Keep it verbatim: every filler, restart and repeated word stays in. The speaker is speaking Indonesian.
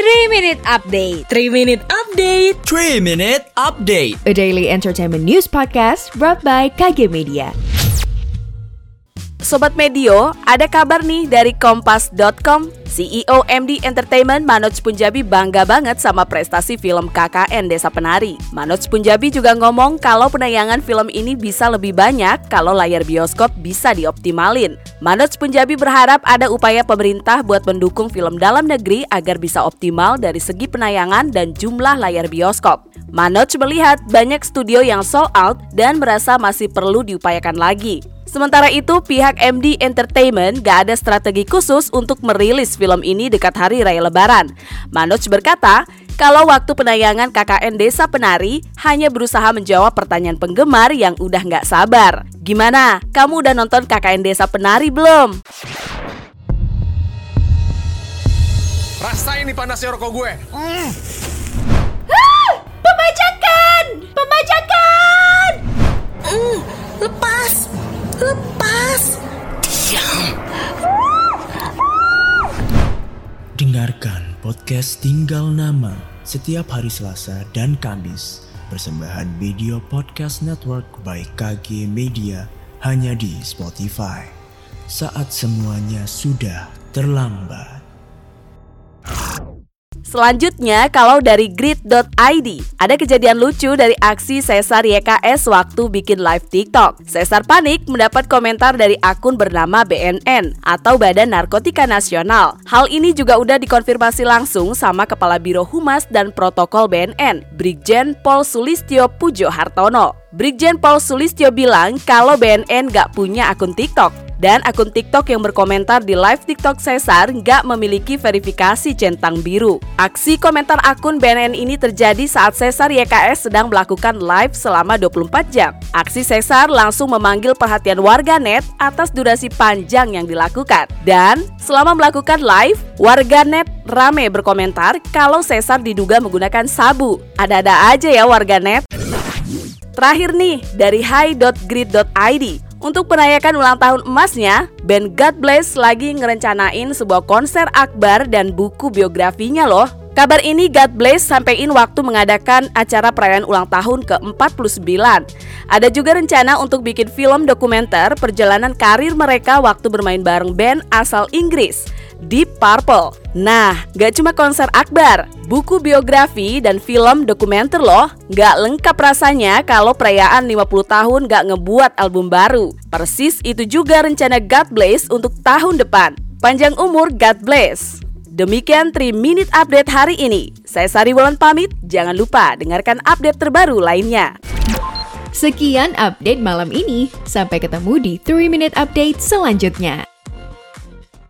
three minute update. three minute update. three minute update. A daily entertainment news podcast brought by K G Media. Sobat Medio, ada kabar nih dari kompas dot com. C E O M D Entertainment Manoj Punjabi bangga banget sama prestasi film K K N Desa Penari. Manoj Punjabi juga ngomong kalau penayangan film ini bisa lebih banyak kalau layar bioskop bisa dioptimalin. Manoj Punjabi berharap ada upaya pemerintah buat mendukung film dalam negeri agar bisa optimal dari segi penayangan dan jumlah layar bioskop. Manoj melihat banyak studio yang sold out dan merasa masih perlu diupayakan lagi. Sementara itu, pihak M D Entertainment gak ada strategi khusus untuk merilis film ini dekat Hari Raya Lebaran. Manoj berkata, kalau waktu penayangan K K N Desa Penari hanya berusaha menjawab pertanyaan penggemar yang udah gak sabar. Gimana? Kamu udah nonton K K N Desa Penari belum? Rasain nih panasnya rokok gue. Mm. Ah, pembajakan! Pembajakan! Mm, lepas! Lepas! Diam! Dengarkan podcast Tinggal Nama setiap hari Selasa dan Kamis. Persembahan Video Podcast Network by K G Media hanya di Spotify. Saat semuanya sudah terlambat. Selanjutnya, kalau dari grid dot i d, ada kejadian lucu dari aksi Cesar Y K S waktu bikin live TikTok. Cesar panik mendapat komentar dari akun bernama B N N atau Badan Narkotika Nasional. Hal ini juga udah dikonfirmasi langsung sama Kepala Biro Humas dan Protokol B N N, Brigjen Pol Sulistyo Pujo Hartono. Brigjen Pol Sulistyo bilang kalau B N N gak punya akun TikTok. Dan akun TikTok yang berkomentar di live TikTok Cesar nggak memiliki verifikasi centang biru. Aksi komentar akun B N N ini terjadi saat Cesar Y K S sedang melakukan live selama dua puluh empat jam. Aksi Cesar langsung memanggil perhatian warganet atas durasi panjang yang dilakukan. Dan selama melakukan live, warganet rame berkomentar kalau Cesar diduga menggunakan sabu. Ada-ada aja ya warganet. Terakhir nih, dari hi dot grid dot i d. Untuk merayakan ulang tahun emasnya, band God Bless lagi ngerencanain sebuah konser akbar dan buku biografinya loh. Kabar ini God Bless sampein waktu mengadakan acara perayaan ulang tahun ke empat puluh sembilan. Ada juga rencana untuk bikin film dokumenter perjalanan karir mereka waktu bermain bareng band asal Inggris, Deep Purple. Nah, gak cuma konser akbar, buku biografi dan film dokumenter loh. Gak lengkap rasanya kalau perayaan lima puluh tahun gak ngebuat album baru. Persis itu juga rencana God Bless untuk tahun depan. Panjang umur God Bless. Demikian three minute update hari ini. Saya Sari Wulan pamit, jangan lupa dengarkan update terbaru lainnya. Sekian update malam ini. Sampai ketemu di three minute update selanjutnya.